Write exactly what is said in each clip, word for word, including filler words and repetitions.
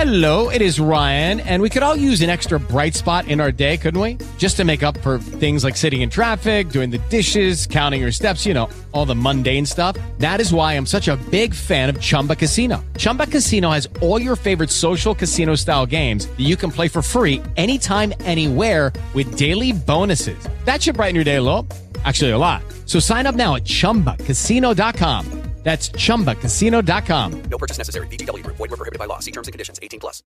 Hello, it is Ryan, and we could all use an extra bright spot in our day, couldn't we? Just to make up for things like sitting in traffic, doing the dishes, counting your steps, you know, all the mundane stuff. That is why I'm such a big fan of Chumba Casino. Chumba Casino has all your favorite social casino style games that you can play for free anytime, anywhere with daily bonuses. That should brighten your day a little. Actually, a lot. So sign up now at chumba casino dot com. That's chumba casino dot com. No purchase necessary. V G W Group. Void where prohibited by law. See terms and conditions. eighteen plus.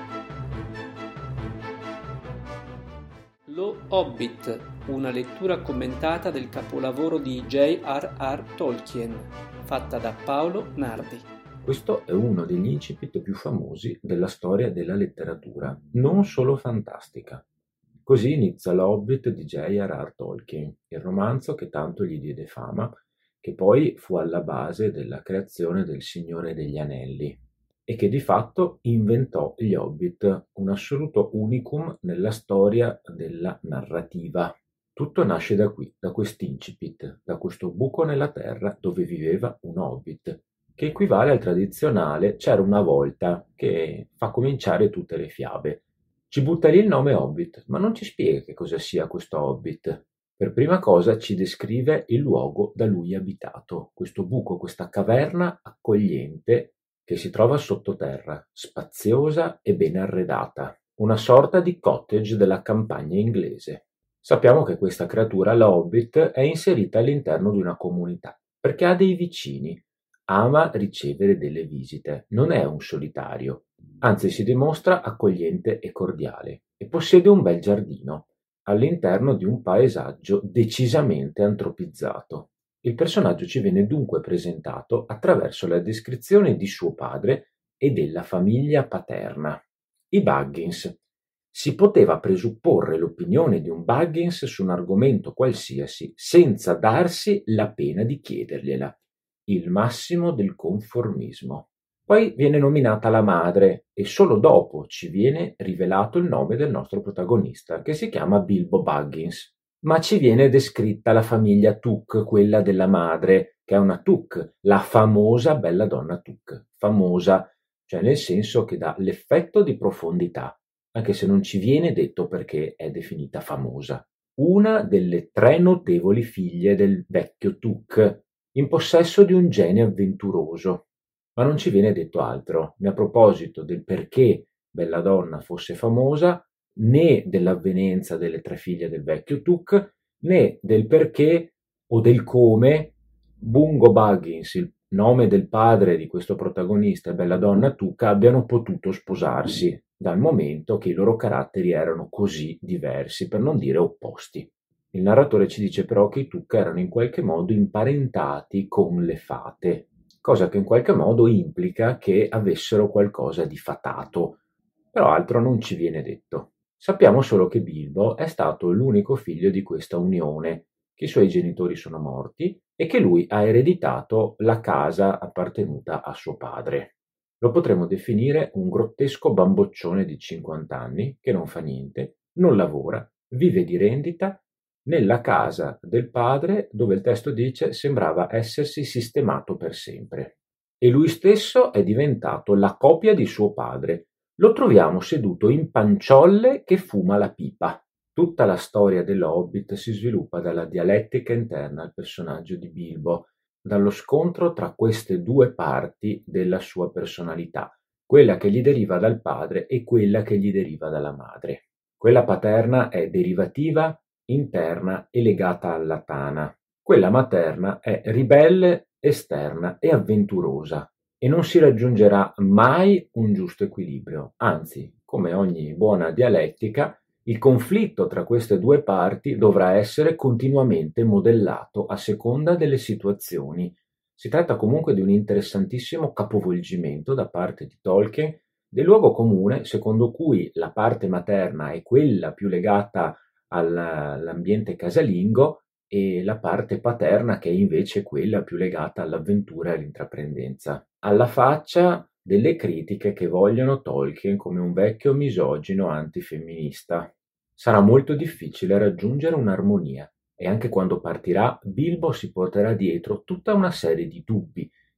Lo Hobbit, una lettura commentata del capolavoro di J R R Tolkien, fatta da Paolo Nardi. Questo è uno degli incipit più famosi della storia della letteratura, non solo fantastica. Così inizia L'Hobbit di J R R Tolkien, il romanzo che tanto gli diede fama, che poi fu alla base della creazione del Signore degli Anelli e che di fatto inventò gli Hobbit, un assoluto unicum nella storia della narrativa. Tutto nasce da qui, da quest'incipit, da questo buco nella terra dove viveva un Hobbit, che equivale al tradizionale "c'era una volta", che fa cominciare tutte le fiabe. Ci butta lì il nome Hobbit, ma non ci spiega che cosa sia questo Hobbit. Per prima cosa ci descrive il luogo da lui abitato, questo buco, questa caverna accogliente che si trova sottoterra, spaziosa e ben arredata, una sorta di cottage della campagna inglese. Sappiamo che questa creatura, la Hobbit, è inserita all'interno di una comunità, perché ha dei vicini, ama ricevere delle visite, non è un solitario, anzi si dimostra accogliente e cordiale, e possiede un bel giardino all'interno di un paesaggio decisamente antropizzato. Il personaggio ci viene dunque presentato attraverso la descrizione di suo padre e della famiglia paterna, i Baggins. Si poteva presupporre l'opinione di un Baggins su un argomento qualsiasi senza darsi la pena di chiedergliela, il massimo del conformismo. Poi viene nominata la madre e solo dopo ci viene rivelato il nome del nostro protagonista, che si chiama Bilbo Baggins. Ma ci viene descritta la famiglia Took, quella della madre, che è una Took, la famosa bella donna Took. Famosa, cioè nel senso che dà l'effetto di profondità, anche se non ci viene detto perché è definita famosa. Una delle tre notevoli figlie del vecchio Took, in possesso di un genio avventuroso. Ma non ci viene detto altro, né a proposito del perché Belladonna fosse famosa, né dell'avvenenza delle tre figlie del vecchio Took, né del perché o del come Bungo Baggins, il nome del padre di questo protagonista, e Belladonna Took, abbiano potuto sposarsi, dal momento che i loro caratteri erano così diversi, per non dire opposti. Il narratore ci dice però che i Took erano in qualche modo imparentati con le fate, cosa che in qualche modo implica che avessero qualcosa di fatato, però altro non ci viene detto. Sappiamo solo che Bilbo è stato l'unico figlio di questa unione, che i suoi genitori sono morti e che lui ha ereditato la casa appartenuta a suo padre. Lo potremmo definire un grottesco bamboccione di cinquanta anni che non fa niente, non lavora, vive di rendita nella casa del padre, dove il testo dice sembrava essersi sistemato per sempre. E lui stesso è diventato la copia di suo padre. Lo troviamo seduto in panciolle che fuma la pipa. Tutta la storia dell'Hobbit si sviluppa dalla dialettica interna al personaggio di Bilbo, dallo scontro tra queste due parti della sua personalità, quella che gli deriva dal padre e quella che gli deriva dalla madre. Quella paterna è derivativa, interna e legata alla tana. Quella materna è ribelle, esterna e avventurosa, e non si raggiungerà mai un giusto equilibrio. Anzi, come ogni buona dialettica, il conflitto tra queste due parti dovrà essere continuamente modellato a seconda delle situazioni. Si tratta comunque di un interessantissimo capovolgimento da parte di Tolkien del luogo comune secondo cui la parte materna è quella più legata all'ambiente casalingo e la parte paterna che è invece quella più legata all'avventura e all'intraprendenza. Alla faccia delle critiche che vogliono Tolkien come un vecchio misogino antifemminista. Sarà molto difficile raggiungere un'armonia e anche quando partirà Bilbo si porterà dietro tutta una serie di dubbi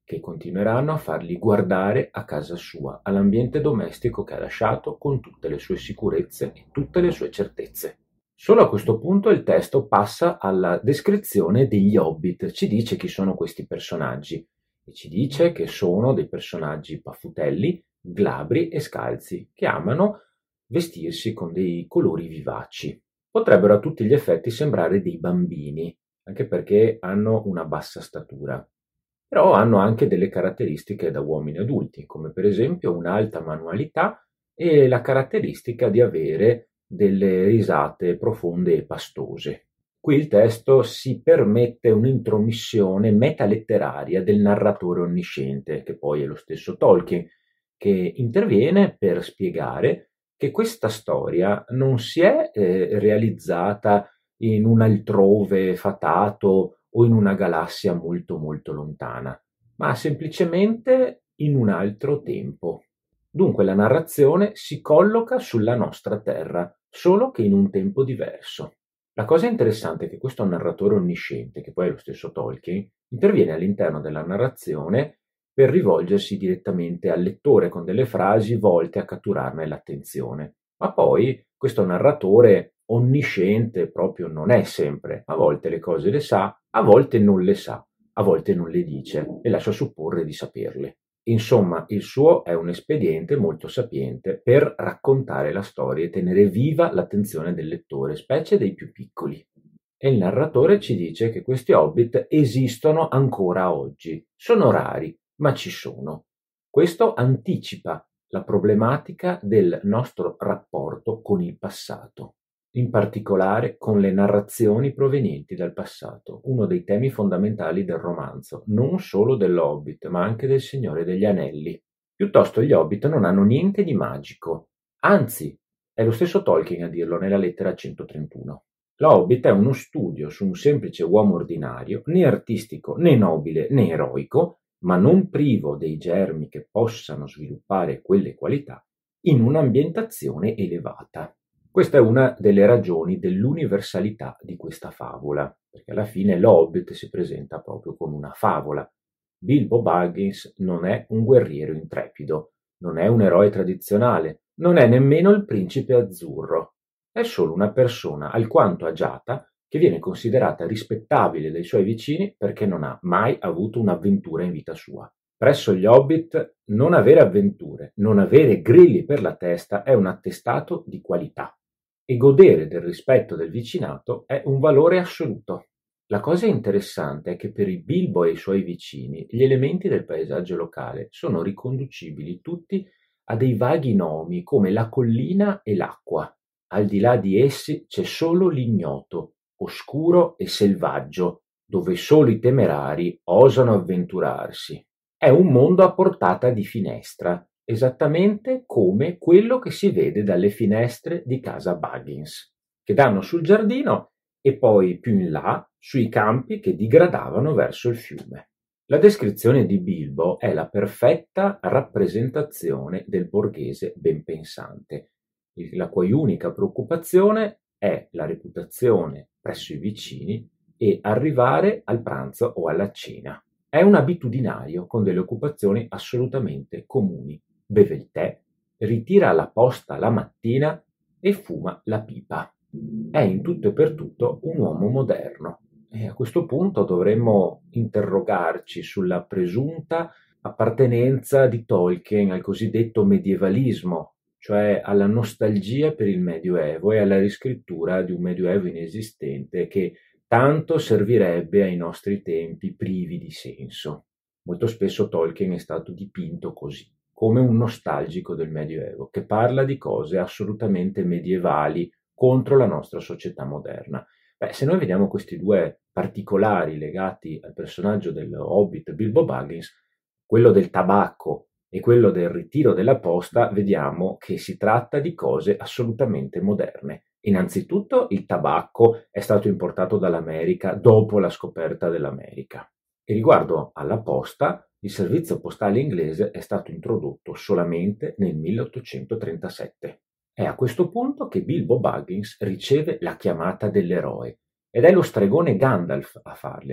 che continueranno a farli guardare a casa sua, all'ambiente domestico che ha lasciato con tutte le sue sicurezze e tutte le sue certezze. Solo a questo punto il testo passa alla descrizione degli Hobbit, ci dice chi sono questi personaggi e ci dice che sono dei personaggi paffutelli, glabri e scalzi, che amano vestirsi con dei colori vivaci. Potrebbero a tutti gli effetti sembrare dei bambini, anche perché hanno una bassa statura. Però hanno anche delle caratteristiche da uomini adulti, come per esempio un'alta manualità e la caratteristica di avere delle risate profonde e pastose. Qui il testo si permette un'intromissione metaletteraria del narratore onnisciente, che poi è lo stesso Tolkien, che interviene per spiegare che questa storia non si è eh, realizzata in un altrove fatato o in una galassia molto molto lontana, ma semplicemente in un altro tempo. Dunque la narrazione si colloca sulla nostra Terra, solo che in un tempo diverso. La cosa interessante è che questo narratore onnisciente, che poi è lo stesso Tolkien, interviene all'interno della narrazione per rivolgersi direttamente al lettore con delle frasi volte a catturarne l'attenzione. Ma poi questo narratore onnisciente proprio non è sempre, a volte le cose le sa, a volte non le sa, a volte non le dice e lascia supporre di saperle. Insomma, il suo è un espediente molto sapiente per raccontare la storia e tenere viva l'attenzione del lettore, specie dei più piccoli. E il narratore ci dice che questi hobbit esistono ancora oggi, sono rari, ma ci sono. Questo anticipa la problematica del nostro rapporto con il passato, in particolare con le narrazioni provenienti dal passato, uno dei temi fondamentali del romanzo, non solo dell'Hobbit, ma anche del Signore degli Anelli. Piuttosto gli Hobbit non hanno niente di magico, anzi, è lo stesso Tolkien a dirlo nella lettera centotrentuno. L'Hobbit è uno studio su un semplice uomo ordinario, né artistico, né nobile, né eroico, ma non privo dei germi che possano sviluppare quelle qualità, in un'ambientazione elevata. Questa è una delle ragioni dell'universalità di questa favola, perché alla fine l'Hobbit si presenta proprio come una favola. Bilbo Baggins non è un guerriero intrepido, non è un eroe tradizionale, non è nemmeno il principe azzurro. È solo una persona alquanto agiata che viene considerata rispettabile dai suoi vicini perché non ha mai avuto un'avventura in vita sua. Presso gli Hobbit non avere avventure, non avere grilli per la testa è un attestato di qualità e godere del rispetto del vicinato è un valore assoluto. La cosa interessante è che per il Bilbo e i suoi vicini gli elementi del paesaggio locale sono riconducibili tutti a dei vaghi nomi come la collina e l'acqua. Al di là di essi c'è solo l'ignoto, oscuro e selvaggio, dove solo i temerari osano avventurarsi. È un mondo a portata di finestra, esattamente come quello che si vede dalle finestre di casa Baggins, che danno sul giardino e poi più in là sui campi che digradavano verso il fiume. La descrizione di Bilbo è la perfetta rappresentazione del borghese ben pensante, la cui unica preoccupazione è la reputazione presso i vicini e arrivare al pranzo o alla cena. È un abitudinario con delle occupazioni assolutamente comuni. Beve il tè, ritira la posta la mattina e fuma la pipa. È in tutto e per tutto un uomo moderno. E a questo punto dovremmo interrogarci sulla presunta appartenenza di Tolkien al cosiddetto medievalismo, cioè alla nostalgia per il Medioevo e alla riscrittura di un Medioevo inesistente che tanto servirebbe ai nostri tempi privi di senso. Molto spesso Tolkien è stato dipinto così, come un nostalgico del Medioevo, che parla di cose assolutamente medievali contro la nostra società moderna. Beh, se noi vediamo questi due particolari legati al personaggio del Hobbit Bilbo Baggins, quello del tabacco e quello del ritiro della posta, vediamo che si tratta di cose assolutamente moderne. Innanzitutto il tabacco è stato importato dall'America dopo la scoperta dell'America. E riguardo alla posta, il servizio postale inglese è stato introdotto solamente nel milleottocentotrentasette. È a questo punto che Bilbo Baggins riceve la chiamata dell'eroe ed è lo stregone Gandalf a fargliela,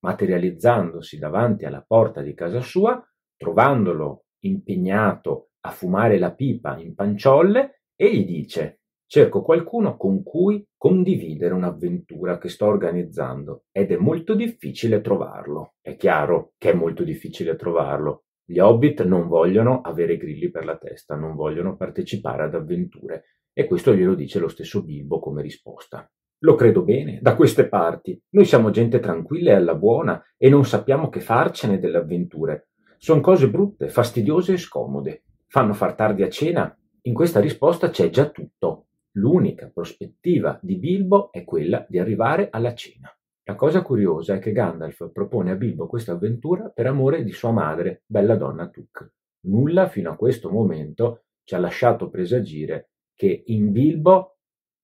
materializzandosi davanti alla porta di casa sua, trovandolo impegnato a fumare la pipa in panciolle, e gli dice: cerco qualcuno con cui condividere un'avventura che sto organizzando ed è molto difficile trovarlo. È chiaro che è molto difficile trovarlo. Gli Hobbit non vogliono avere grilli per la testa, non vogliono partecipare ad avventure, e questo glielo dice lo stesso Bilbo come risposta. Lo credo bene, da queste parti. Noi siamo gente tranquilla e alla buona e non sappiamo che farcene delle avventure. Sono cose brutte, fastidiose e scomode. Fanno far tardi a cena. In questa risposta c'è già tutto. L'unica prospettiva di Bilbo è quella di arrivare alla cena. La cosa curiosa è che Gandalf propone a Bilbo questa avventura per amore di sua madre, Belladonna Took. Nulla fino a questo momento ci ha lasciato presagire che in Bilbo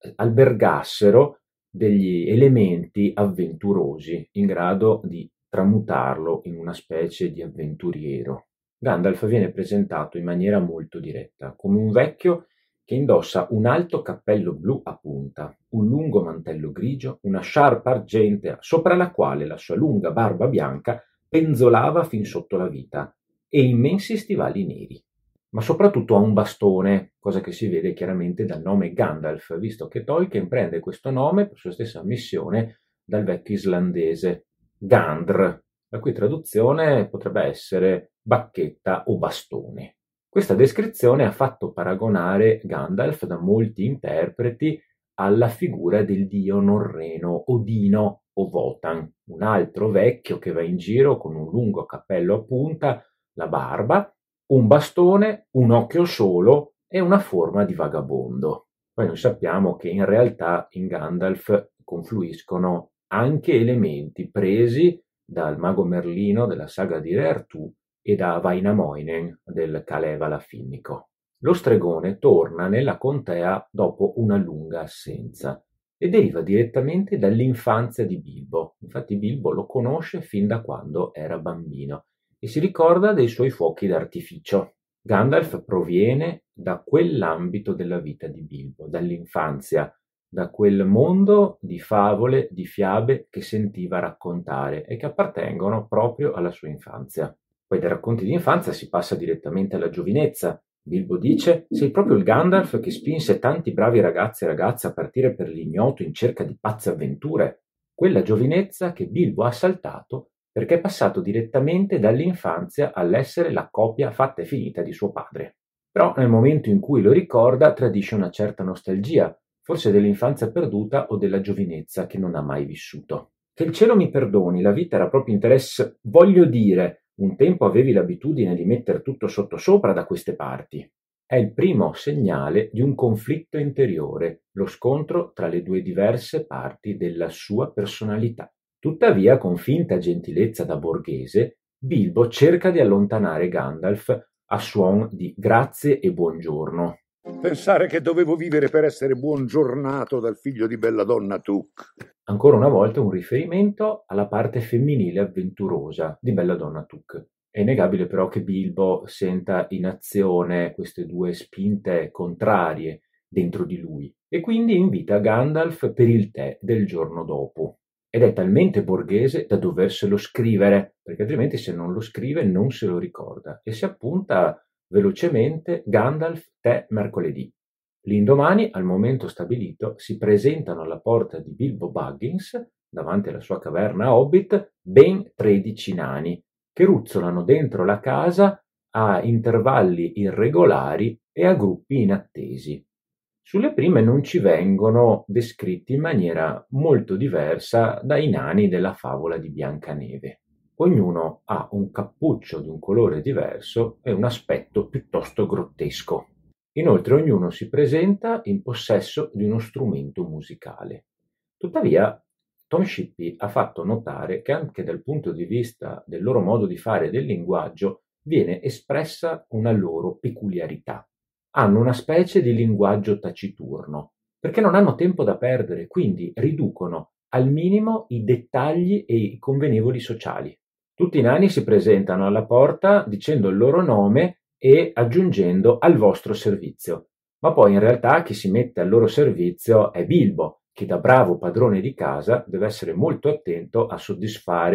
albergassero degli elementi avventurosi in grado di tramutarlo in una specie di avventuriero. Gandalf viene presentato in maniera molto diretta, come un vecchio che indossa un alto cappello blu a punta, un lungo mantello grigio, una sciarpa argentea sopra la quale la sua lunga barba bianca penzolava fin sotto la vita, e immensi stivali neri. Ma soprattutto ha un bastone, cosa che si vede chiaramente dal nome Gandalf, visto che Tolkien prende questo nome per sua stessa ammissione dal vecchio islandese Gandr, la cui traduzione potrebbe essere bacchetta o bastone. Questa descrizione ha fatto paragonare Gandalf da molti interpreti alla figura del dio norreno Odino o Wotan, un altro vecchio che va in giro con un lungo cappello a punta, la barba, un bastone, un occhio solo e una forma di vagabondo. Poi noi sappiamo che in realtà in Gandalf confluiscono anche elementi presi dal mago Merlino della saga di Re Artù e da Vainamoinen del Kalevala finnico. Lo stregone torna nella contea dopo una lunga assenza e deriva direttamente dall'infanzia di Bilbo. Infatti Bilbo lo conosce fin da quando era bambino e si ricorda dei suoi fuochi d'artificio. Gandalf proviene da quell'ambito della vita di Bilbo, dall'infanzia, da quel mondo di favole, di fiabe che sentiva raccontare e che appartengono proprio alla sua infanzia. Poi dai racconti di infanzia si passa direttamente alla giovinezza. Bilbo dice: sei proprio il Gandalf che spinse tanti bravi ragazzi e ragazze a partire per l'ignoto in cerca di pazze avventure. Quella giovinezza che Bilbo ha saltato perché è passato direttamente dall'infanzia all'essere la copia fatta e finita di suo padre. Però nel momento in cui lo ricorda tradisce una certa nostalgia, forse dell'infanzia perduta o della giovinezza che non ha mai vissuto. Che il cielo mi perdoni, la vita era proprio interesse, voglio dire, un tempo avevi l'abitudine di mettere tutto sottosopra da queste parti. È il primo segnale di un conflitto interiore, lo scontro tra le due diverse parti della sua personalità. Tuttavia, con finta gentilezza da borghese, Bilbo cerca di allontanare Gandalf a suon di grazie e buongiorno. Pensare che dovevo vivere per essere buongiornato dal figlio di Belladonna Took. Ancora una volta un riferimento alla parte femminile avventurosa di Belladonna Took. È innegabile però che Bilbo senta in azione queste due spinte contrarie dentro di lui e quindi invita Gandalf per il tè del giorno dopo. Ed è talmente borghese da doverselo scrivere, perché altrimenti se non lo scrive non se lo ricorda, e si appunta velocemente Gandalf tè mercoledì. L'indomani, al momento stabilito, si presentano alla porta di Bilbo Baggins, davanti alla sua caverna Hobbit, ben tredici nani, che ruzzolano dentro la casa a intervalli irregolari e a gruppi inattesi. Sulle prime non ci vengono descritti in maniera molto diversa dai nani della favola di Biancaneve. Ognuno ha un cappuccio di un colore diverso e un aspetto piuttosto grottesco. Inoltre ognuno si presenta in possesso di uno strumento musicale. Tuttavia, Tom Shippey ha fatto notare che anche dal punto di vista del loro modo di fare e del linguaggio viene espressa una loro peculiarità. Hanno una specie di linguaggio taciturno, perché non hanno tempo da perdere, quindi riducono al minimo i dettagli e i convenevoli sociali. Tutti i nani si presentano alla porta dicendo il loro nome e aggiungendo al vostro servizio, ma poi in realtà chi si mette al loro servizio è Bilbo, che da bravo padrone di casa deve essere molto attento a soddisfare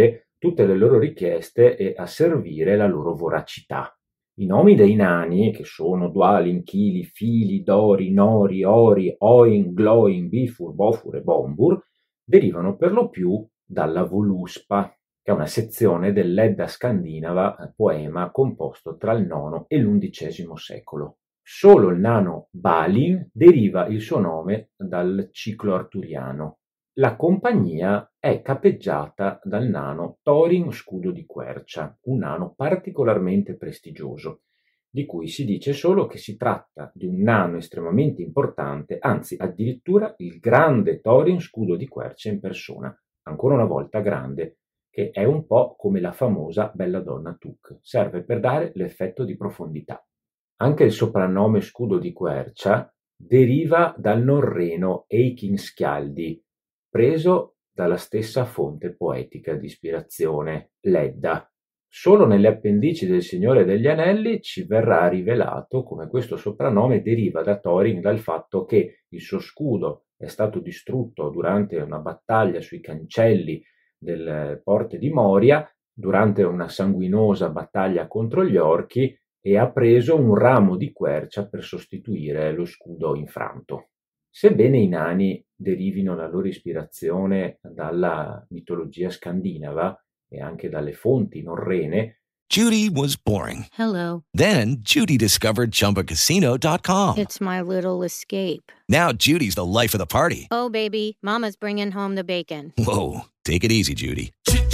tutte le loro richieste e a servire la loro voracità. I nomi dei nani, che sono Dwalin, Kili, Fili, Dori, Nori, Ori, Oin, Gloin, Bifur, Bofur e Bombur, derivano per lo più dalla Voluspa, che è una sezione dell'Edda scandinava, poema composto tra il nono e l'undicesimo secolo. Solo il nano Balin deriva il suo nome dal ciclo arturiano. La compagnia è capeggiata dal nano Thorin Scudo di Quercia, un nano particolarmente prestigioso, di cui si dice solo che si tratta di un nano estremamente importante, anzi addirittura il grande Thorin Scudo di Quercia in persona, ancora una volta grande, che è un po' come la famosa Belladonna Took, serve per dare l'effetto di profondità. Anche il soprannome Scudo di Quercia deriva dal norreno Eikin Skjaldi, preso dalla stessa fonte poetica di ispirazione, l'Edda. Solo nelle appendici del Signore degli Anelli ci verrà rivelato come questo soprannome deriva da Thorin dal fatto che il suo scudo è stato distrutto durante una battaglia sui cancelli delle porte di Moria, durante una sanguinosa battaglia contro gli orchi, e ha preso un ramo di quercia per sostituire lo scudo infranto. Sebbene i nani derivino la loro ispirazione dalla mitologia scandinava e anche dalle fonti norrene, Judy was boring. Hello. Then Judy discovered Chumba Casino dot com. It's my little escape. Now Judy's the life of the party. Oh, baby, mama's bringing home the bacon. Whoa, take it easy, Judy.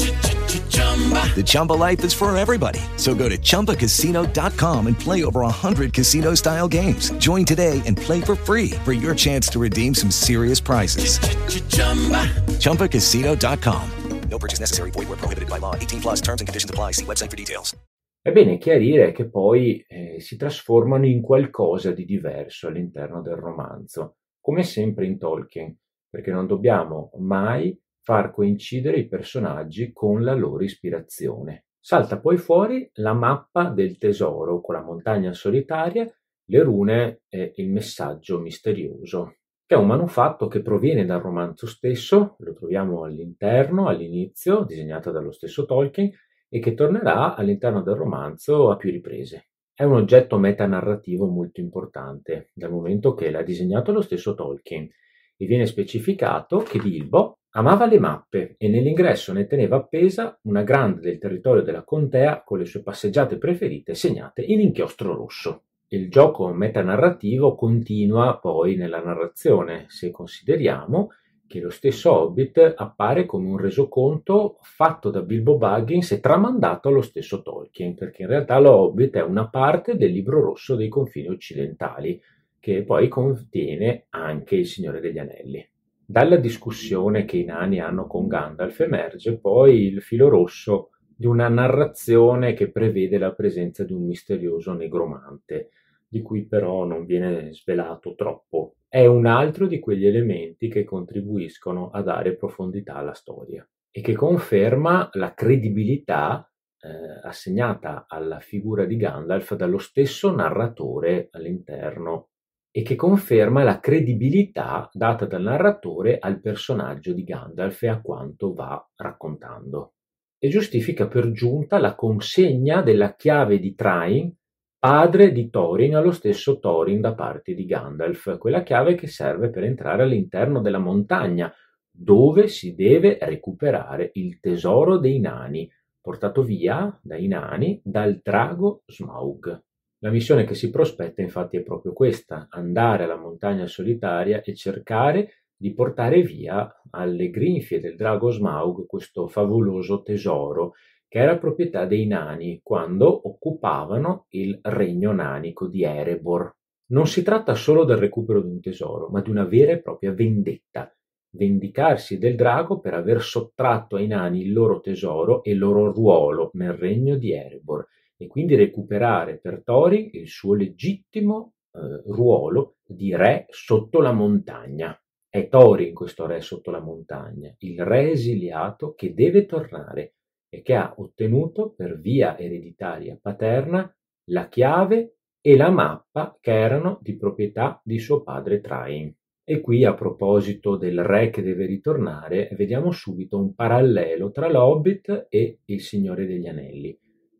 The Chumba life is for everybody. So go to Chumba Casino dot com and play over one hundred casino-style games. Join today and play for free for your chance to redeem some serious prizes. Chumba Casino dot com. No purchase necessary. Void where prohibited by law. eighteen plus terms and conditions apply. See website for details. È bene chiarire che poi eh, si trasformano in qualcosa di diverso all'interno del romanzo, come sempre in Tolkien, perché non dobbiamo mai far coincidere i personaggi con la loro ispirazione. Salta poi fuori la mappa del tesoro con la montagna solitaria, le rune e il messaggio misterioso, che è un manufatto che proviene dal romanzo stesso, lo troviamo all'interno, all'inizio, disegnato dallo stesso Tolkien, e che tornerà all'interno del romanzo a più riprese. È un oggetto metanarrativo molto importante, dal momento che l'ha disegnato lo stesso Tolkien, e viene specificato che Bilbo amava le mappe e nell'ingresso ne teneva appesa una grande del territorio della contea con le sue passeggiate preferite segnate in inchiostro rosso. Il gioco metanarrativo continua poi nella narrazione, se consideriamo che lo stesso Hobbit appare come un resoconto fatto da Bilbo Baggins e tramandato allo stesso Tolkien, perché in realtà lo Hobbit è una parte del libro rosso dei confini occidentali, che poi contiene anche il Signore degli Anelli. Dalla discussione che i nani hanno con Gandalf emerge poi il filo rosso di una narrazione che prevede la presenza di un misterioso negromante, di cui però non viene svelato troppo. È un altro di quegli elementi che contribuiscono a dare profondità alla storia e che conferma la credibilità eh, assegnata alla figura di Gandalf dallo stesso narratore all'interno e che conferma la credibilità data dal narratore al personaggio di Gandalf e a quanto va raccontando. E giustifica per giunta la consegna della chiave di Thrain, padre di Thorin, allo stesso Thorin da parte di Gandalf, quella chiave che serve per entrare all'interno della montagna, dove si deve recuperare il tesoro dei nani, portato via dai nani dal drago Smaug. La missione che si prospetta infatti è proprio questa: andare alla montagna solitaria e cercare di portare via alle grinfie del drago Smaug questo favoloso tesoro che era proprietà dei nani quando occupavano il regno nanico di Erebor. Non si tratta solo del recupero di un tesoro, ma di una vera e propria vendetta. Vendicarsi del drago per aver sottratto ai nani il loro tesoro e il loro ruolo nel regno di Erebor, e quindi recuperare per Thorin il suo legittimo eh, ruolo di re sotto la montagna. È Thorin questo re sotto la montagna, il re esiliato che deve tornare e che ha ottenuto per via ereditaria paterna la chiave e la mappa che erano di proprietà di suo padre Thrain. E qui, a proposito del re che deve ritornare, vediamo subito un parallelo tra l'Hobbit e il Signore degli Anelli.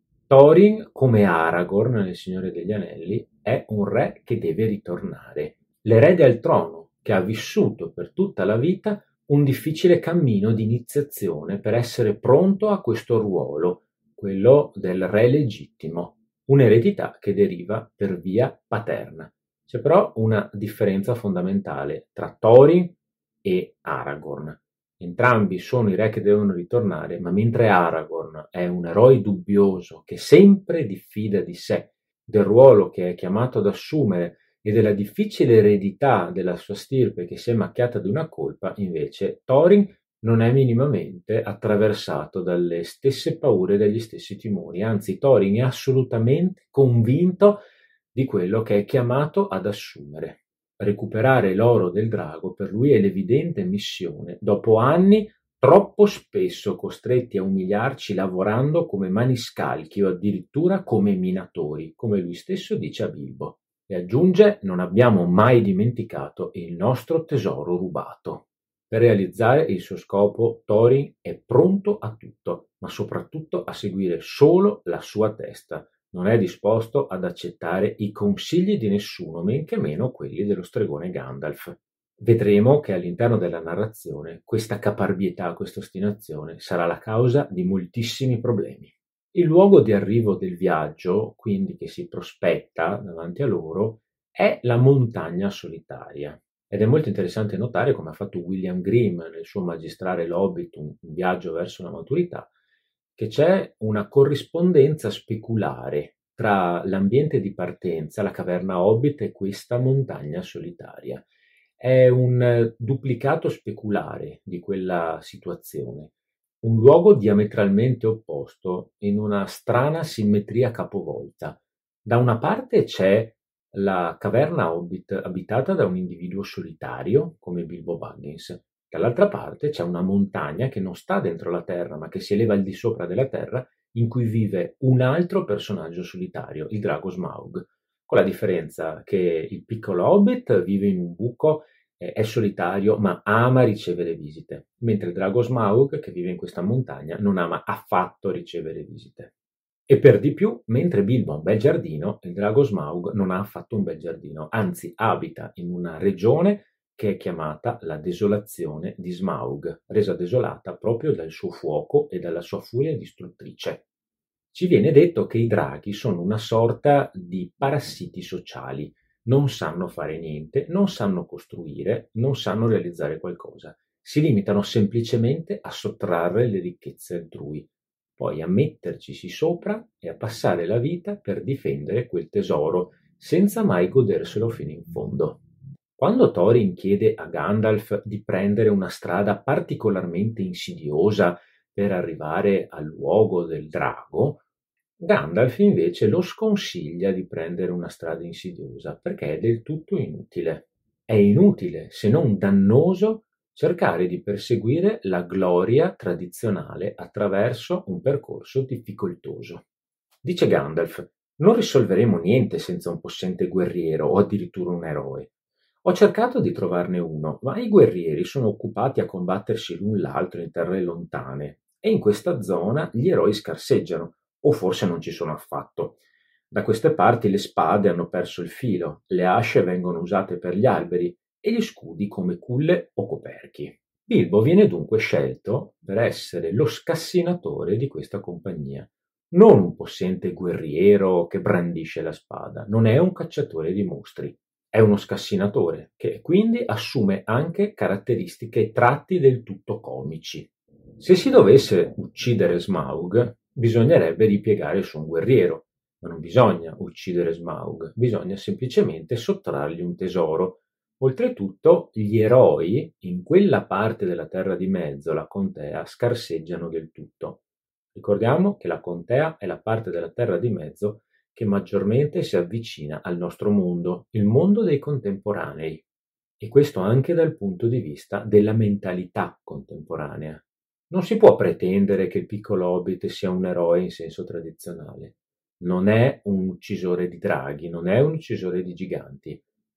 Thorin, come Aragorn nel Signore degli Anelli, è un re che deve ritornare, l'erede al trono, che ha vissuto per tutta la vita un difficile cammino di iniziazione per essere pronto a questo ruolo, quello del re legittimo, un'eredità che deriva per via paterna. C'è però una differenza fondamentale tra Thorin e Aragorn. Entrambi sono i re che devono ritornare, ma mentre Aragorn è un eroe dubbioso che sempre diffida di sé, del ruolo che è chiamato ad assumere e della difficile eredità della sua stirpe che si è macchiata di una colpa, invece Thorin non è minimamente attraversato dalle stesse paure e dagli stessi timori, anzi Thorin è assolutamente convinto di quello che è chiamato ad assumere. Recuperare l'oro del drago per lui è l'evidente missione, dopo anni troppo spesso costretti a umiliarci lavorando come maniscalchi o addirittura come minatori, come lui stesso dice a Bilbo. E aggiunge: non abbiamo mai dimenticato il nostro tesoro rubato. Per realizzare il suo scopo, Thorin è pronto a tutto, ma soprattutto a seguire solo la sua testa. Non è disposto ad accettare i consigli di nessuno, men che meno quelli dello stregone Gandalf. Vedremo che all'interno della narrazione questa caparbietà, questa ostinazione sarà la causa di moltissimi problemi. Il luogo di arrivo del viaggio, quindi che si prospetta davanti a loro, è la montagna solitaria. Ed è molto interessante notare come ha fatto William Grimm nel suo magistrale L'Hobbit, un viaggio verso la maturità, che c'è una corrispondenza speculare tra l'ambiente di partenza, la caverna Hobbit, e questa montagna solitaria. È un duplicato speculare di quella situazione, un luogo diametralmente opposto in una strana simmetria capovolta. Da una parte c'è la caverna Hobbit abitata da un individuo solitario come Bilbo Baggins. Dall'altra parte c'è una montagna che non sta dentro la terra, ma che si eleva al di sopra della terra, in cui vive un altro personaggio solitario, il drago Smaug, con la differenza che il piccolo Hobbit vive in un buco, eh, è solitario, ma ama ricevere visite, mentre il drago Smaug, che vive in questa montagna, non ama affatto ricevere visite. E per di più, mentre Bilbo ha un bel giardino, il drago Smaug non ha affatto un bel giardino, anzi abita in una regione che è chiamata la desolazione di Smaug, resa desolata proprio dal suo fuoco e dalla sua furia distruttrice. Ci viene detto che i draghi sono una sorta di parassiti sociali, non sanno fare niente, non sanno costruire, non sanno realizzare qualcosa, si limitano semplicemente a sottrarre le ricchezze altrui, poi a mettercisi sopra e a passare la vita per difendere quel tesoro, senza mai goderselo fino in fondo. Quando Thorin chiede a Gandalf di prendere una strada particolarmente insidiosa per arrivare al luogo del drago, Gandalf invece lo sconsiglia di prendere una strada insidiosa perché è del tutto inutile. È inutile, se non dannoso, cercare di perseguire la gloria tradizionale attraverso un percorso difficoltoso. Dice Gandalf: non risolveremo niente senza un possente guerriero o addirittura un eroe. Ho cercato di trovarne uno, ma i guerrieri sono occupati a combattersi l'un l'altro in terre lontane e in questa zona gli eroi scarseggiano, o forse non ci sono affatto. Da queste parti le spade hanno perso il filo, le asce vengono usate per gli alberi e gli scudi come culle o coperchi. Bilbo viene dunque scelto per essere lo scassinatore di questa compagnia. Non un possente guerriero che brandisce la spada, non è un cacciatore di mostri. È uno scassinatore, che quindi assume anche caratteristiche e tratti del tutto comici. Se si dovesse uccidere Smaug, bisognerebbe ripiegare su un guerriero, ma non bisogna uccidere Smaug, bisogna semplicemente sottrargli un tesoro. Oltretutto, gli eroi in quella parte della Terra di Mezzo, la Contea, scarseggiano del tutto. Ricordiamo che la Contea è la parte della Terra di Mezzo che maggiormente si avvicina al nostro mondo, il mondo dei contemporanei, e questo anche dal punto di vista della mentalità contemporanea. Non si può pretendere che il piccolo Hobbit sia un eroe in senso tradizionale. Non è un uccisore di draghi, non è un uccisore di giganti,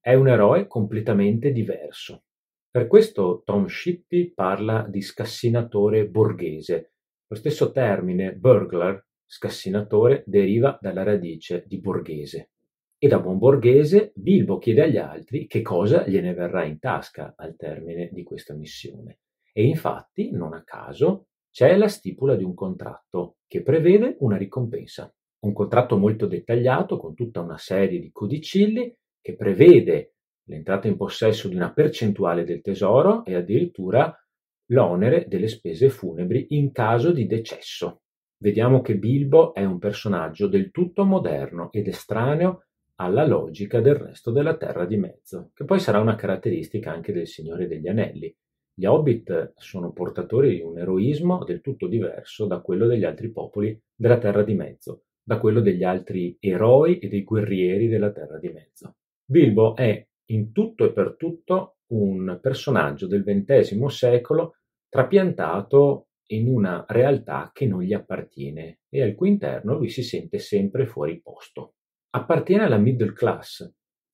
è un eroe completamente diverso. Per questo Tom Shippey parla di scassinatore borghese. Lo stesso termine burglar, scassinatore, deriva dalla radice di borghese. E da buon borghese Bilbo chiede agli altri che cosa gliene verrà in tasca al termine di questa missione. E infatti, non a caso, c'è la stipula di un contratto che prevede una ricompensa. Un contratto molto dettagliato con tutta una serie di codicilli che prevede l'entrata in possesso di una percentuale del tesoro e addirittura l'onere delle spese funebri in caso di decesso. Vediamo che Bilbo è un personaggio del tutto moderno ed estraneo alla logica del resto della Terra di Mezzo, che poi sarà una caratteristica anche del Signore degli Anelli. Gli Hobbit sono portatori di un eroismo del tutto diverso da quello degli altri popoli della Terra di Mezzo, da quello degli altri eroi e dei guerrieri della Terra di Mezzo. Bilbo è in tutto e per tutto un personaggio del ventesimo secolo trapiantato in una realtà che non gli appartiene e al cui interno lui si sente sempre fuori posto. Appartiene alla middle class,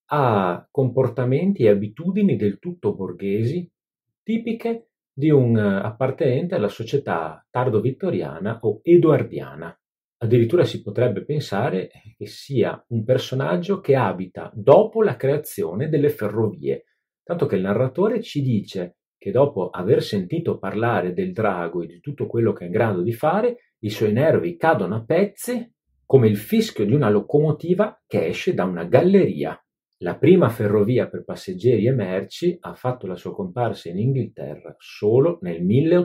ha comportamenti e abitudini del tutto borghesi, tipiche di un appartenente alla società tardo-vittoriana o edoardiana. Addirittura si potrebbe pensare che sia un personaggio che abita dopo la creazione delle ferrovie, tanto che il narratore ci dice che dopo aver sentito parlare del drago e di tutto quello che è in grado di fare, i suoi nervi cadono a pezzi come il fischio di una locomotiva che esce da una galleria. La prima ferrovia per passeggeri e merci ha fatto la sua comparsa in Inghilterra solo nel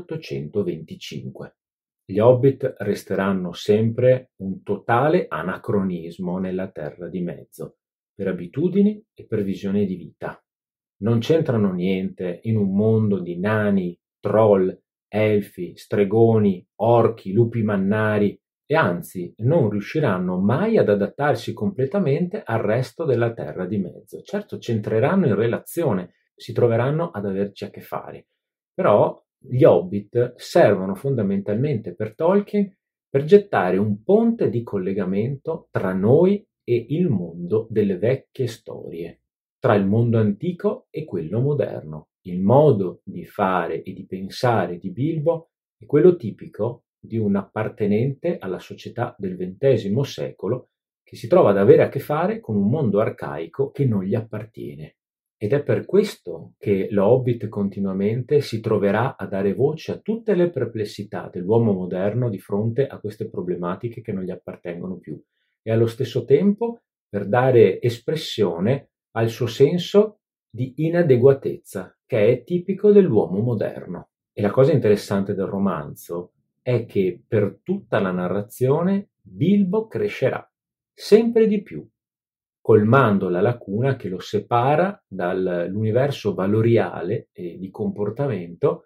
milleottocentoventicinque. Gli Hobbit resteranno sempre un totale anacronismo nella Terra di Mezzo, per abitudini e per visione di vita. Non c'entrano niente in un mondo di nani, troll, elfi, stregoni, orchi, lupi mannari, e anzi non riusciranno mai ad adattarsi completamente al resto della Terra di Mezzo. Certo, c'entreranno in relazione, si troveranno ad averci a che fare, però gli Hobbit servono fondamentalmente per Tolkien per gettare un ponte di collegamento tra noi e il mondo delle vecchie storie, tra il mondo antico e quello moderno. Il modo di fare e di pensare di Bilbo è quello tipico di un appartenente alla società del ventesimo secolo che si trova ad avere a che fare con un mondo arcaico che non gli appartiene. Ed è per questo che lo Hobbit continuamente si troverà a dare voce a tutte le perplessità dell'uomo moderno di fronte a queste problematiche che non gli appartengono più, e allo stesso tempo per dare espressione al suo senso di inadeguatezza, che è tipico dell'uomo moderno. E la cosa interessante del romanzo è che per tutta la narrazione Bilbo crescerà sempre di più, colmando la lacuna che lo separa dall'universo valoriale e di comportamento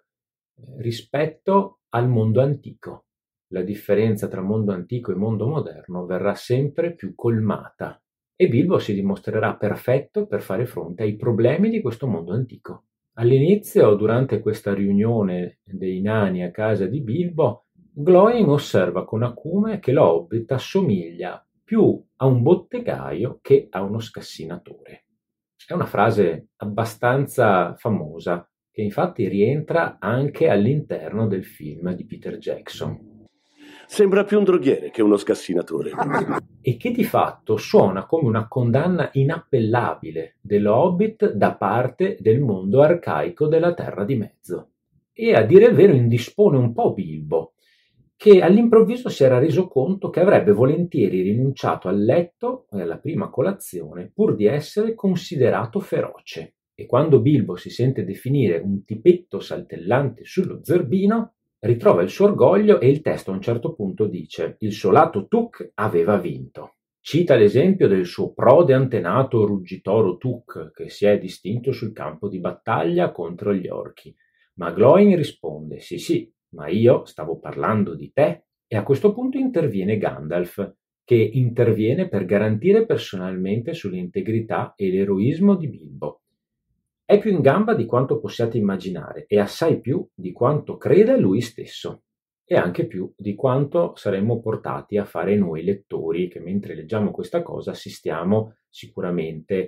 rispetto al mondo antico. La differenza tra mondo antico e mondo moderno verrà sempre più colmata e Bilbo si dimostrerà perfetto per fare fronte ai problemi di questo mondo antico. All'inizio, durante questa riunione dei nani a casa di Bilbo, Gloin osserva con acume che lo Hobbit assomiglia più a un bottegaio che a uno scassinatore. È una frase abbastanza famosa, che infatti rientra anche all'interno del film di Peter Jackson. Sembra più un droghiere che uno scassinatore. E che di fatto suona come una condanna inappellabile dello Hobbit da parte del mondo arcaico della Terra di Mezzo. E a dire il vero indispone un po' Bilbo, che all'improvviso si era reso conto che avrebbe volentieri rinunciato al letto e alla prima colazione pur di essere considerato feroce. E quando Bilbo si sente definire un tipetto saltellante sullo zerbino, ritrova il suo orgoglio e il testo a un certo punto dice: il suo lato Tuk aveva vinto. Cita l'esempio del suo prode antenato ruggitoro Tuk, che si è distinto sul campo di battaglia contro gli orchi. Ma Gloin risponde: sì sì, ma io stavo parlando di te. E a questo punto interviene Gandalf, che interviene per garantire personalmente sull'integrità e l'eroismo di Bilbo. È più in gamba di quanto possiate immaginare e assai più di quanto creda lui stesso, e anche più di quanto saremmo portati a fare noi lettori, che mentre leggiamo questa cosa assistiamo sicuramente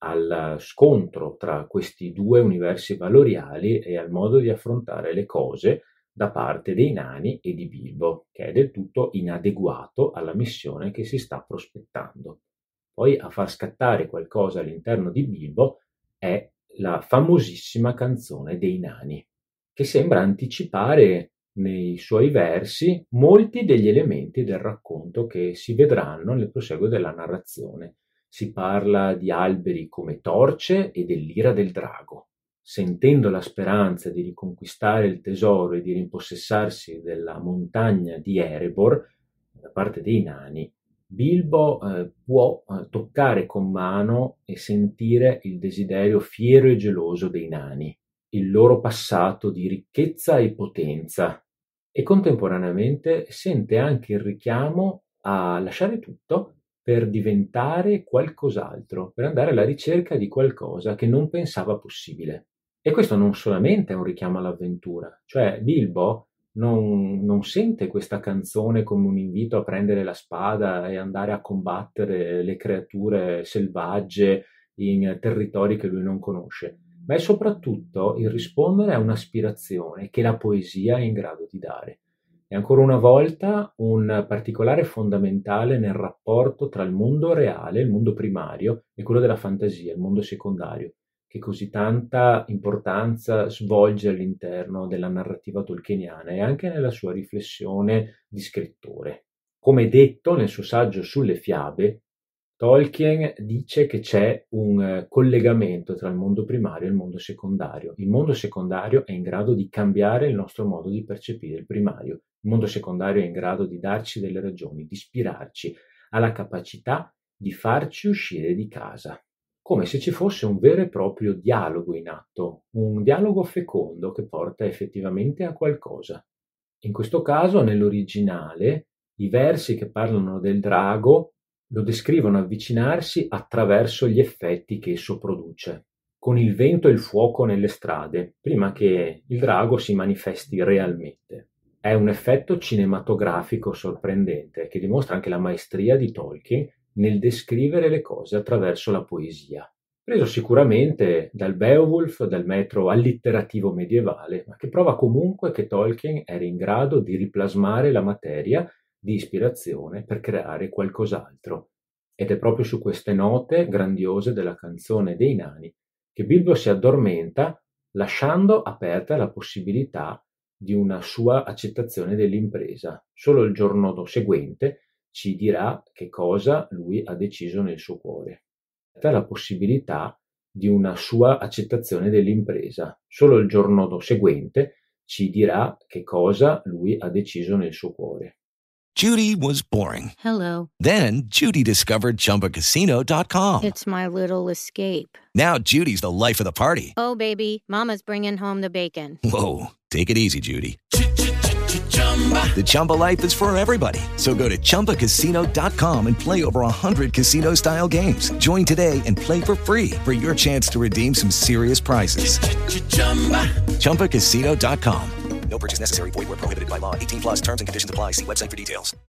al scontro tra questi due universi valoriali e al modo di affrontare le cose da parte dei nani e di Bilbo, che è del tutto inadeguato alla missione che si sta prospettando. Poi a far scattare qualcosa all'interno di Bilbo è la famosissima canzone dei nani, che sembra anticipare nei suoi versi molti degli elementi del racconto che si vedranno nel proseguo della narrazione. Si parla di alberi come torce e dell'ira del drago. Sentendo la speranza di riconquistare il tesoro e di rimpossessarsi della montagna di Erebor da parte dei nani, Bilbo eh, può eh, toccare con mano e sentire il desiderio fiero e geloso dei nani, il loro passato di ricchezza e potenza, e contemporaneamente sente anche il richiamo a lasciare tutto per diventare qualcos'altro, per andare alla ricerca di qualcosa che non pensava possibile. E questo non solamente è un richiamo all'avventura, cioè Bilbo non, non sente questa canzone come un invito a prendere la spada e andare a combattere le creature selvagge in territori che lui non conosce, ma è soprattutto il rispondere a un'aspirazione che la poesia è in grado di dare. È ancora una volta un particolare fondamentale nel rapporto tra il mondo reale, il mondo primario, e quello della fantasia, il mondo secondario, che così tanta importanza svolge all'interno della narrativa tolkieniana e anche nella sua riflessione di scrittore. Come detto nel suo saggio sulle fiabe, Tolkien dice che c'è un collegamento tra il mondo primario e il mondo secondario. Il mondo secondario è in grado di cambiare il nostro modo di percepire il primario. Il mondo secondario è in grado di darci delle ragioni, di ispirarci, ha la capacità di farci uscire di casa. Come se ci fosse un vero e proprio dialogo in atto, un dialogo fecondo che porta effettivamente a qualcosa. In questo caso, nell'originale, i versi che parlano del drago lo descrivono avvicinarsi attraverso gli effetti che esso produce, con il vento e il fuoco nelle strade, prima che il drago si manifesti realmente. È un effetto cinematografico sorprendente che dimostra anche la maestria di Tolkien nel descrivere le cose attraverso la poesia, preso sicuramente dal Beowulf, dal metro allitterativo medievale, ma che prova comunque che Tolkien era in grado di riplasmare la materia di ispirazione per creare qualcos'altro. Ed è proprio su queste note grandiose della canzone dei nani che Bilbo si addormenta, lasciando aperta la possibilità di una sua accettazione dell'impresa. Solo il giorno seguente ci dirà che cosa lui ha deciso nel suo cuore. La possibilità di una sua accettazione dell'impresa. Solo il giorno seguente ci dirà che cosa lui ha deciso nel suo cuore. Judy was boring. Hello. Then Judy discovered Chumba Casino dot com. It's my little escape. Now Judy's the life of the party. Oh, baby, mama's bringing home the bacon. Whoa, take it easy, Judy. The Chumba life is for everybody. So go to Chumba Casino dot com and play over one hundred casino-style games. Join today and play for free for your chance to redeem some serious prizes. Chumba Casino dot com. No purchase necessary. Void where prohibited by law. eighteen plus terms and conditions apply. See website for details.